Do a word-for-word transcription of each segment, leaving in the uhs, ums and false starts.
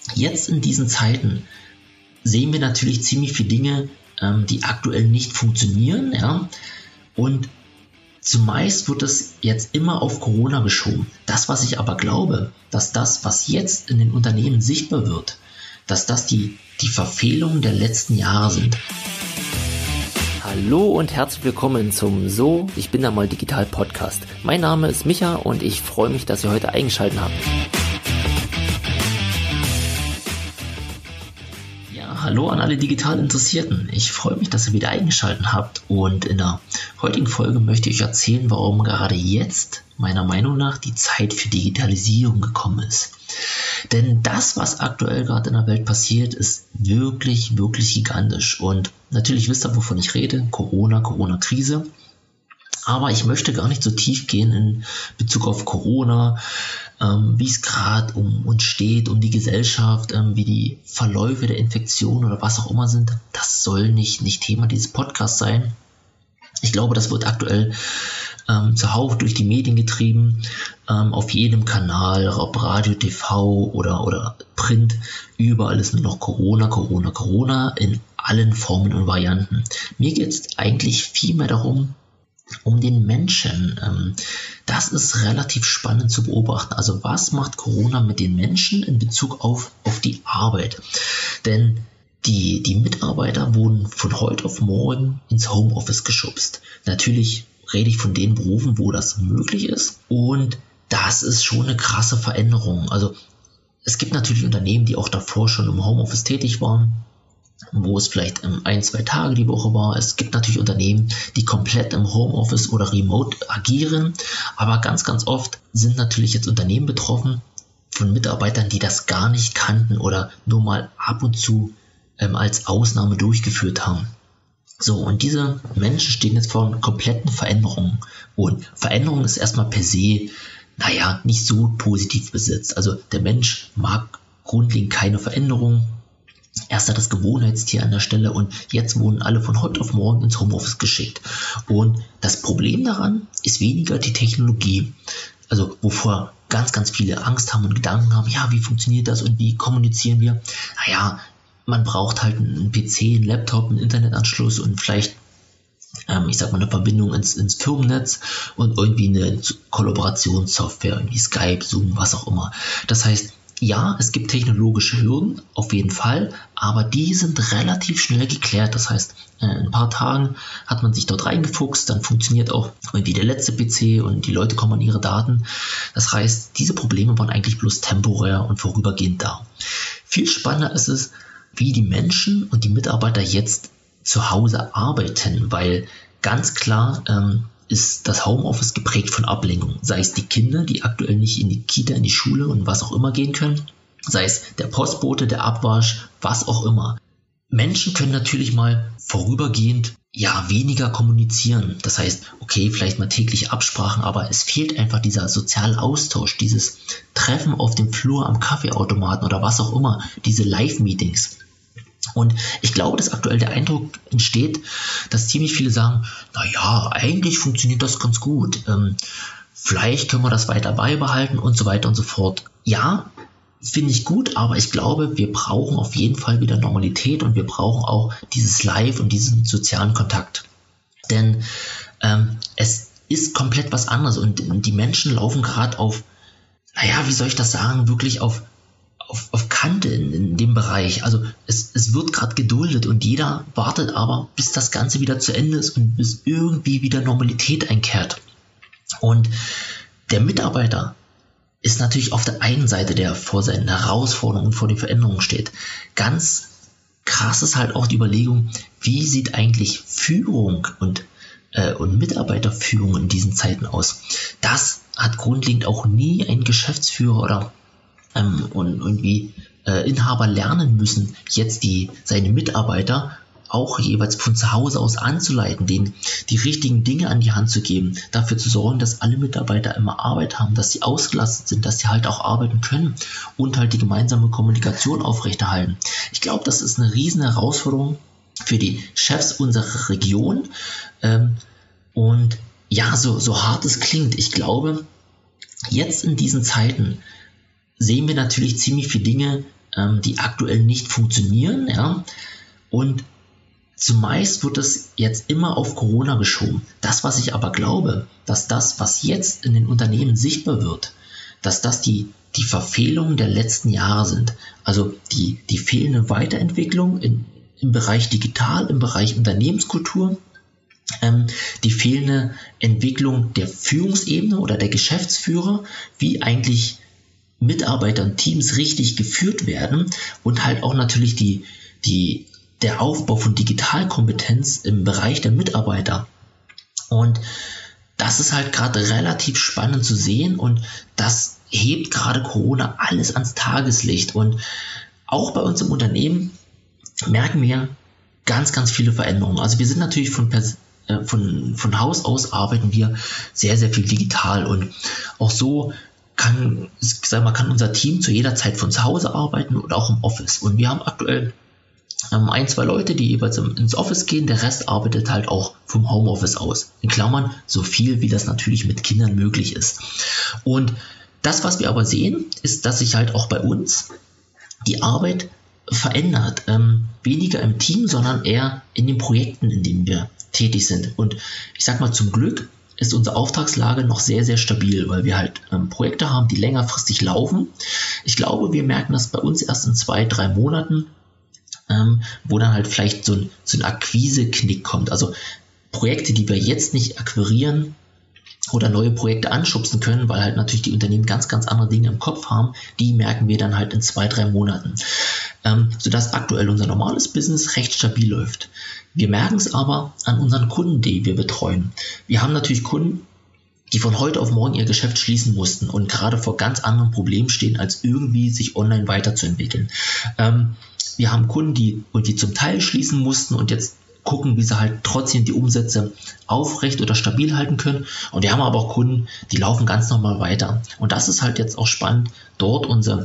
Jetzt in diesen Zeiten sehen wir natürlich ziemlich viele Dinge, ähm, die aktuell nicht funktionieren, ja, und zumeist wird es jetzt immer auf Corona geschoben. Das, was ich aber glaube, dass das, was jetzt in den Unternehmen sichtbar wird, dass das die, die Verfehlungen der letzten Jahre sind. Hallo und herzlich willkommen zum So, ich bin da mal digital Podcast. Mein Name ist Micha und ich freue mich, dass ihr heute eingeschaltet habt. Hallo an alle digital Interessierten. Ich freue mich, dass ihr wieder eingeschaltet habt, und in der heutigen Folge möchte ich euch erzählen, warum gerade jetzt meiner Meinung nach die Zeit für Digitalisierung gekommen ist. Denn das, was aktuell gerade in der Welt passiert, ist wirklich, wirklich gigantisch. Und natürlich wisst ihr, wovon ich rede. Corona, Corona-Krise. Aber ich möchte gar nicht so tief gehen in Bezug auf Corona, ähm, wie es gerade um uns steht, um die Gesellschaft, ähm, wie die Verläufe der Infektion oder was auch immer sind. Das soll nicht, nicht Thema dieses Podcasts sein. Ich glaube, das wird aktuell ähm, zuhauf durch die Medien getrieben, ähm, auf jedem Kanal, ob Radio, T V oder, oder Print, überall ist nur noch Corona, Corona, Corona in allen Formen und Varianten. Mir geht es eigentlich viel mehr darum, um den Menschen. Das ist relativ spannend zu beobachten. Also was macht Corona mit den Menschen in Bezug auf, auf die Arbeit? Denn die, die Mitarbeiter wurden von heute auf morgen ins Homeoffice geschubst. Natürlich rede ich von den Berufen, wo das möglich ist. Und das ist schon eine krasse Veränderung. Also es gibt natürlich Unternehmen, die auch davor schon im Homeoffice tätig waren, wo es vielleicht ein, zwei Tage die Woche war. Es gibt natürlich Unternehmen, die komplett im Homeoffice oder remote agieren, aber ganz, ganz oft sind natürlich jetzt Unternehmen betroffen von Mitarbeitern, die das gar nicht kannten oder nur mal ab und zu ähm, als Ausnahme durchgeführt haben. So, und diese Menschen stehen jetzt vor kompletten Veränderungen. Und Veränderung ist erstmal per se, naja, nicht so positiv besetzt. Also der Mensch mag grundlegend keine Veränderung. Erst hat das Gewohnheitstier an der Stelle, und jetzt wurden alle von heute auf morgen ins Homeoffice geschickt. Und das Problem daran ist weniger die Technologie. Also wovor ganz, ganz viele Angst haben und Gedanken haben, ja, wie funktioniert das und wie kommunizieren wir? Naja, man braucht halt einen P C, einen Laptop, einen Internetanschluss und vielleicht, ähm, ich sag mal, eine Verbindung ins, ins Firmennetz und irgendwie eine Kollaborationssoftware, irgendwie Skype, Zoom, was auch immer. Das heißt, ja, es gibt technologische Hürden, auf jeden Fall, aber die sind relativ schnell geklärt. Das heißt, in ein paar Tagen hat man sich dort reingefuchst, dann funktioniert auch irgendwie der letzte P C und die Leute kommen an ihre Daten. Das heißt, diese Probleme waren eigentlich bloß temporär und vorübergehend da. Viel spannender ist es, wie die Menschen und die Mitarbeiter jetzt zu Hause arbeiten, weil ganz klar ähm, ist das Homeoffice geprägt von Ablenkung. Sei es die Kinder, die aktuell nicht in die Kita, in die Schule und was auch immer gehen können. Sei es der Postbote, der Abwasch, was auch immer. Menschen können natürlich mal vorübergehend ja weniger kommunizieren. Das heißt, okay, vielleicht mal tägliche Absprachen, aber es fehlt einfach dieser soziale Austausch, dieses Treffen auf dem Flur am Kaffeeautomaten oder was auch immer, diese Live-Meetings. Und ich glaube, dass aktuell der Eindruck entsteht, dass ziemlich viele sagen, naja, eigentlich funktioniert das ganz gut. Ähm, vielleicht können wir das weiter beibehalten und so weiter und so fort. Ja, finde ich gut, aber ich glaube, wir brauchen auf jeden Fall wieder Normalität und wir brauchen auch dieses Live und diesen sozialen Kontakt. Denn ähm, es ist komplett was anderes und die Menschen laufen gerade auf, naja, wie soll ich das sagen, wirklich auf Auf, auf Kante in, in dem Bereich. Also es, es wird gerade geduldet und jeder wartet aber, bis das Ganze wieder zu Ende ist und bis irgendwie wieder Normalität einkehrt. Und der Mitarbeiter ist natürlich auf der einen Seite, der vor seinen Herausforderungen und vor den Veränderungen steht. Ganz krass ist halt auch die Überlegung, wie sieht eigentlich Führung und, äh, und Mitarbeiterführung in diesen Zeiten aus? Das hat grundlegend auch nie ein Geschäftsführer oder Ähm, und irgendwie äh, Inhaber lernen müssen, jetzt die seine Mitarbeiter auch jeweils von zu Hause aus anzuleiten, denen die richtigen Dinge an die Hand zu geben, dafür zu sorgen, dass alle Mitarbeiter immer Arbeit haben, dass sie ausgelastet sind, dass sie halt auch arbeiten können und halt die gemeinsame Kommunikation aufrechterhalten. Ich glaube, das ist eine riesen Herausforderung für die Chefs unserer Region. Ähm, und ja, so, so hart es klingt, ich glaube, jetzt in diesen Zeiten sehen wir natürlich ziemlich viele Dinge, ähm, die aktuell nicht funktionieren, ja, und zumeist wird es jetzt immer auf Corona geschoben. Das, was ich aber glaube, dass das, was jetzt in den Unternehmen sichtbar wird, dass das die, die Verfehlungen der letzten Jahre sind. Also die, die fehlende Weiterentwicklung in, im Bereich Digital, im Bereich Unternehmenskultur, ähm, die fehlende Entwicklung der Führungsebene oder der Geschäftsführer, wie eigentlich Mitarbeiter und Teams richtig geführt werden und halt auch natürlich die, die der Aufbau von Digitalkompetenz im Bereich der Mitarbeiter. Und das ist halt gerade relativ spannend zu sehen und das hebt gerade Corona alles ans Tageslicht. Und auch bei uns im Unternehmen merken wir ganz, ganz viele Veränderungen. Also wir sind natürlich von, Pers- äh, von, von Haus aus arbeiten wir sehr, sehr viel digital und auch so kann, ich sag mal, kann unser Team zu jeder Zeit von zu Hause arbeiten oder auch im Office. Und wir haben aktuell ein, zwei Leute, die jeweils ins Office gehen, der Rest arbeitet halt auch vom Homeoffice aus. In Klammern, so viel wie das natürlich mit Kindern möglich ist. Und das, was wir aber sehen, ist, dass sich halt auch bei uns die Arbeit verändert. Ähm, weniger im Team, sondern eher in den Projekten, in denen wir tätig sind. Und ich sag mal, zum Glück ist unsere Auftragslage noch sehr, sehr stabil, weil wir halt ähm, Projekte haben, die längerfristig laufen. Ich glaube, wir merken das bei uns erst in zwei, drei Monaten, Ähm, wo dann halt vielleicht so ein, so ein Akquise-Knick kommt. Also Projekte, die wir jetzt nicht akquirieren oder neue Projekte anschubsen können, weil halt natürlich die Unternehmen ganz, ganz andere Dinge im Kopf haben, die merken wir dann halt in zwei, drei Monaten. Ähm, sodass aktuell unser normales Business recht stabil läuft. Wir merken es aber an unseren Kunden, die wir betreuen. Wir haben natürlich Kunden, die von heute auf morgen ihr Geschäft schließen mussten und gerade vor ganz anderen Problemen stehen, als irgendwie sich online weiterzuentwickeln. Ähm, Wir haben Kunden, die irgendwie zum Teil schließen mussten und jetzt gucken, wie sie halt trotzdem die Umsätze aufrecht oder stabil halten können. Und wir haben aber auch Kunden, die laufen ganz normal weiter. Und das ist halt jetzt auch spannend, dort unsere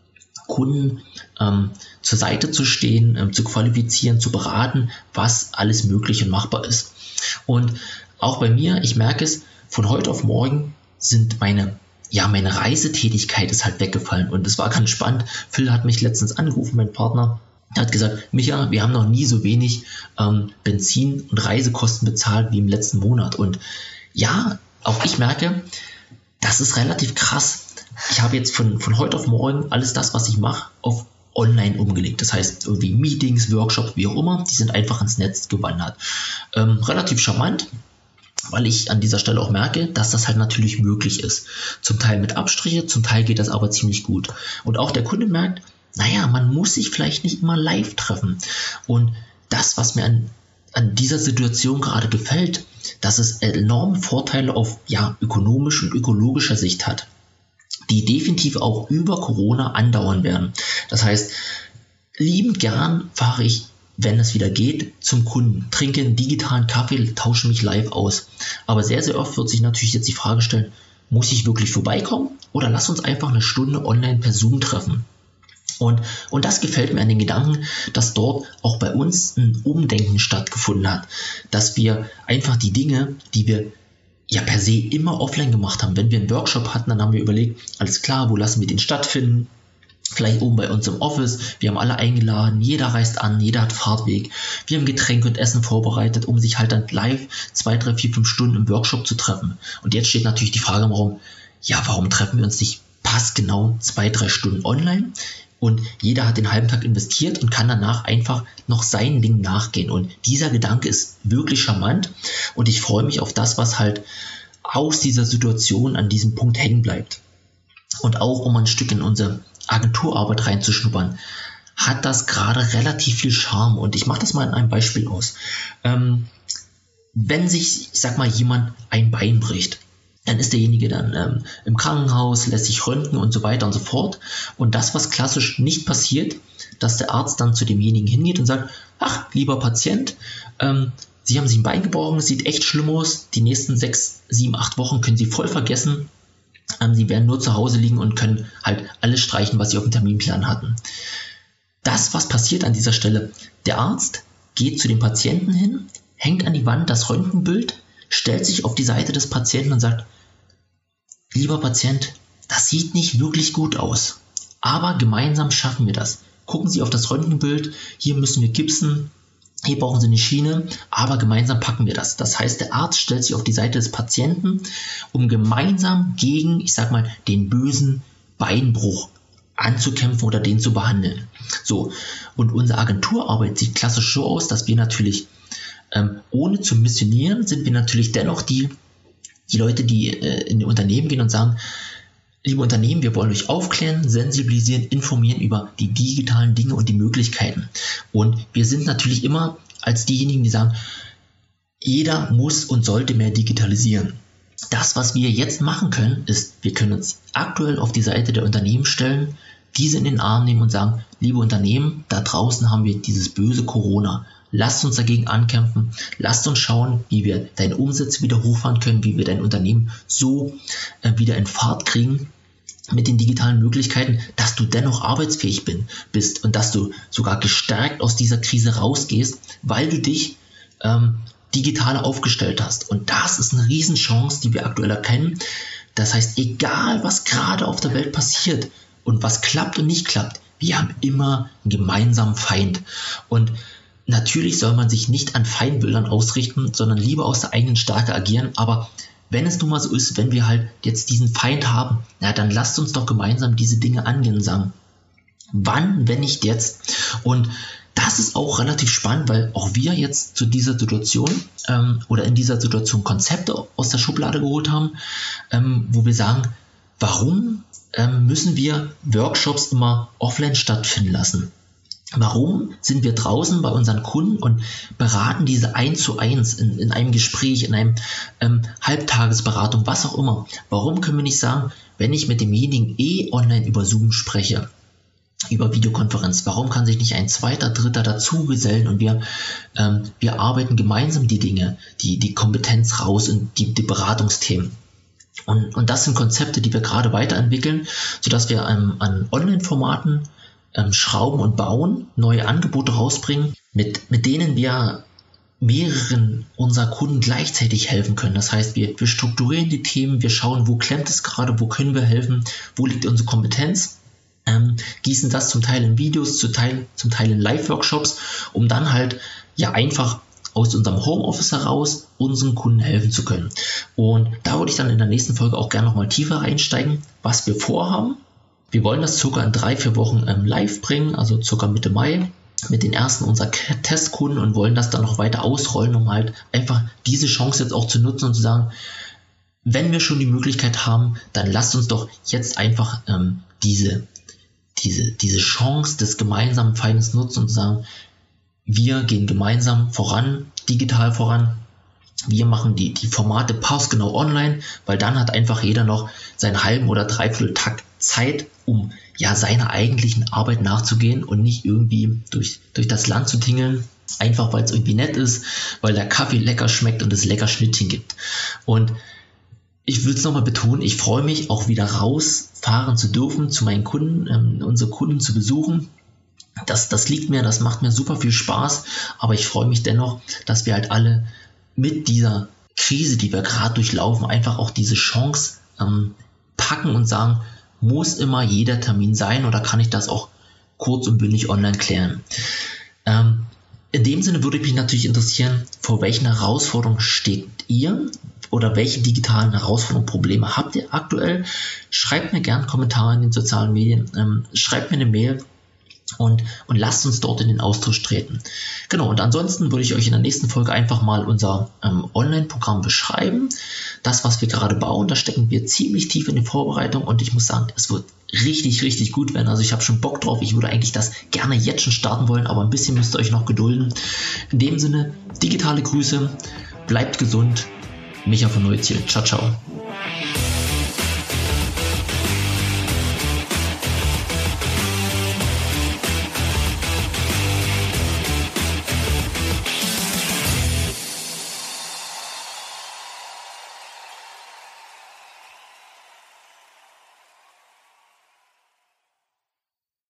Kunden ähm, zur Seite zu stehen, ähm, zu qualifizieren, zu beraten, was alles möglich und machbar ist. Und auch bei mir, ich merke es, von heute auf morgen sind meine Ja, meine Reisetätigkeit ist halt weggefallen und es war ganz spannend. Phil hat mich letztens angerufen, mein Partner, der hat gesagt, Micha, wir haben noch nie so wenig ähm, Benzin- und Reisekosten bezahlt wie im letzten Monat. Und ja, auch ich merke, das ist relativ krass. Ich habe jetzt von, von heute auf morgen alles das, was ich mache, auf online umgelegt. Das heißt, irgendwie Meetings, Workshops, wie auch immer, die sind einfach ins Netz gewandert. Ähm, relativ charmant, weil ich an dieser Stelle auch merke, dass das halt natürlich möglich ist. Zum Teil mit Abstriche, zum Teil geht das aber ziemlich gut. Und auch der Kunde merkt, naja, man muss sich vielleicht nicht immer live treffen. Und das, was mir an, an dieser Situation gerade gefällt, dass es enorme Vorteile auf ja, ökonomischer und ökologischer Sicht hat, die definitiv auch über Corona andauern werden. Das heißt, liebend gern fahre ich, wenn es wieder geht, zum Kunden, trinke einen digitalen Kaffee, tausche mich live aus. Aber sehr, sehr oft wird sich natürlich jetzt die Frage stellen, muss ich wirklich vorbeikommen oder lass uns einfach eine Stunde online per Zoom treffen? Und, und das gefällt mir an den Gedanken, dass dort auch bei uns ein Umdenken stattgefunden hat, dass wir einfach die Dinge, die wir ja per se immer offline gemacht haben, wenn wir einen Workshop hatten, dann haben wir überlegt, alles klar, wo lassen wir den stattfinden? Vielleicht oben bei uns im Office, wir haben alle eingeladen, jeder reist an, jeder hat Fahrtweg, wir haben Getränke und Essen vorbereitet, um sich halt dann live zwei, drei, vier, fünf Stunden im Workshop zu treffen. Und jetzt steht natürlich die Frage im Raum, ja, warum treffen wir uns nicht passgenau zwei, drei Stunden online? Und jeder hat den halben Tag investiert und kann danach einfach noch seinen Ding nachgehen. Und dieser Gedanke ist wirklich charmant und ich freue mich auf das, was halt aus dieser Situation an diesem Punkt hängen bleibt. Und auch um ein Stück in unsere Agenturarbeit reinzuschnuppern, hat das gerade relativ viel Charme. Und ich mache das mal in einem Beispiel aus. Ähm, wenn sich, ich sag mal, jemand ein Bein bricht, dann ist derjenige dann ähm, im Krankenhaus, lässt sich röntgen und so weiter und so fort. Und das, was klassisch nicht passiert, dass der Arzt dann zu demjenigen hingeht und sagt, ach, lieber Patient, ähm, Sie haben sich ein Bein gebrochen, es sieht echt schlimm aus, die nächsten sechs, sieben, acht Wochen können Sie voll vergessen. Ähm, Sie werden nur zu Hause liegen und können halt alles streichen, was Sie auf dem Terminplan hatten. Das, was passiert an dieser Stelle, der Arzt geht zu dem Patienten hin, hängt an die Wand das Röntgenbild, stellt sich auf die Seite des Patienten und sagt, lieber Patient, das sieht nicht wirklich gut aus, Aber gemeinsam schaffen wir das. Gucken Sie auf das Röntgenbild, hier müssen wir gipsen, hier brauchen Sie eine Schiene, aber gemeinsam packen wir das. Das heißt, der Arzt stellt sich auf die Seite des Patienten, um gemeinsam gegen, ich sag mal, den bösen Beinbruch anzukämpfen oder den zu behandeln. So, und unsere Agenturarbeit sieht klassisch so aus, dass wir natürlich, ähm, ohne zu missionieren, sind wir natürlich dennoch die, die Leute, die äh, in die Unternehmen gehen und sagen, liebe Unternehmen, wir wollen euch aufklären, sensibilisieren, informieren über die digitalen Dinge und die Möglichkeiten. Und wir sind natürlich immer als diejenigen, die sagen, jeder muss und sollte mehr digitalisieren. Das, was wir jetzt machen können, ist, wir können uns aktuell auf die Seite der Unternehmen stellen, diese in den Arm nehmen und sagen, liebe Unternehmen, da draußen haben wir dieses böse Corona. Lasst uns dagegen ankämpfen. Lasst uns schauen, wie wir deine Umsätze wieder hochfahren können, wie wir dein Unternehmen so äh, wieder in Fahrt kriegen mit den digitalen Möglichkeiten, dass du dennoch arbeitsfähig bin, bist und dass du sogar gestärkt aus dieser Krise rausgehst, weil du dich ähm, digital aufgestellt hast. Und das ist eine Riesenchance, die wir aktuell erkennen. Das heißt, egal was gerade auf der Welt passiert und was klappt und nicht klappt, wir haben immer einen gemeinsamen Feind. Und natürlich soll man sich nicht an Feindbildern ausrichten, sondern lieber aus der eigenen Stärke agieren. Aber wenn es nun mal so ist, wenn wir halt jetzt diesen Feind haben, na, dann lasst uns doch gemeinsam diese Dinge angehen und sagen, wann, wenn nicht jetzt? Und das ist auch relativ spannend, weil auch wir jetzt zu dieser Situation ähm, oder in dieser Situation Konzepte aus der Schublade geholt haben, ähm, wo wir sagen, warum ähm, müssen wir Workshops immer offline stattfinden lassen? Warum sind wir draußen bei unseren Kunden und beraten diese eins zu eins in, in einem Gespräch, in einem ähm, Halbtagesberatung, was auch immer? Warum können wir nicht sagen, wenn ich mit demjenigen eh online über Zoom spreche, über Videokonferenz, warum kann sich nicht ein zweiter, dritter dazu gesellen und wir, ähm, wir arbeiten gemeinsam die Dinge, die, die Kompetenz raus und die, die Beratungsthemen. Und, und das sind Konzepte, die wir gerade weiterentwickeln, sodass wir ähm, an Online-Formaten ähm, schrauben und bauen, neue Angebote rausbringen, mit, mit denen wir mehreren unserer Kunden gleichzeitig helfen können. Das heißt, wir, wir strukturieren die Themen, wir schauen, wo klemmt es gerade, wo können wir helfen, wo liegt unsere Kompetenz, ähm, gießen das zum Teil in Videos, zum Teil, zum Teil in Live-Workshops, um dann halt ja einfach aus unserem Homeoffice heraus unseren Kunden helfen zu können. Und da würde ich dann in der nächsten Folge auch gerne nochmal tiefer einsteigen, was wir vorhaben. Wir wollen das circa in drei, vier Wochen ähm, live bringen, also circa Mitte Mai, mit den ersten unserer Testkunden und wollen das dann noch weiter ausrollen, um halt einfach diese Chance jetzt auch zu nutzen und zu sagen, wenn wir schon die Möglichkeit haben, dann lasst uns doch jetzt einfach ähm, diese, diese, diese Chance des gemeinsamen Feindes nutzen und sagen, wir gehen gemeinsam voran, digital voran. Wir machen die, die Formate passgenau online, weil dann hat einfach jeder noch seinen halben oder dreiviertel Tag Zeit, um ja seiner eigentlichen Arbeit nachzugehen und nicht irgendwie durch, durch das Land zu tingeln, einfach weil es irgendwie nett ist, weil der Kaffee lecker schmeckt und es lecker Schnittchen gibt. Und ich will es nochmal betonen, ich freue mich auch wieder rausfahren zu dürfen, zu meinen Kunden, ähm, unsere Kunden zu besuchen. Das, das liegt mir, das macht mir super viel Spaß, aber ich freue mich dennoch, dass wir halt alle mit dieser Krise, die wir gerade durchlaufen, einfach auch diese Chance ähm, packen und sagen, muss immer jeder Termin sein oder kann ich das auch kurz und bündig online klären? Ähm, in dem Sinne würde mich natürlich interessieren, vor welchen Herausforderungen steht ihr oder welche digitalen Herausforderungen, Probleme habt ihr aktuell? Schreibt mir gerne Kommentare in den sozialen Medien, ähm, schreibt mir eine Mail und, und lasst uns dort in den Austausch treten. Genau, und ansonsten würde ich euch in der nächsten Folge einfach mal unser ähm, Online-Programm beschreiben. Das, was wir gerade bauen, da stecken wir ziemlich tief in die Vorbereitung und ich muss sagen, es wird richtig, richtig gut werden. Also ich habe schon Bock drauf. Ich würde eigentlich das gerne jetzt schon starten wollen, aber ein bisschen müsst ihr euch noch gedulden. In dem Sinne, digitale Grüße, bleibt gesund. Micha von Neuziel. Ciao, ciao.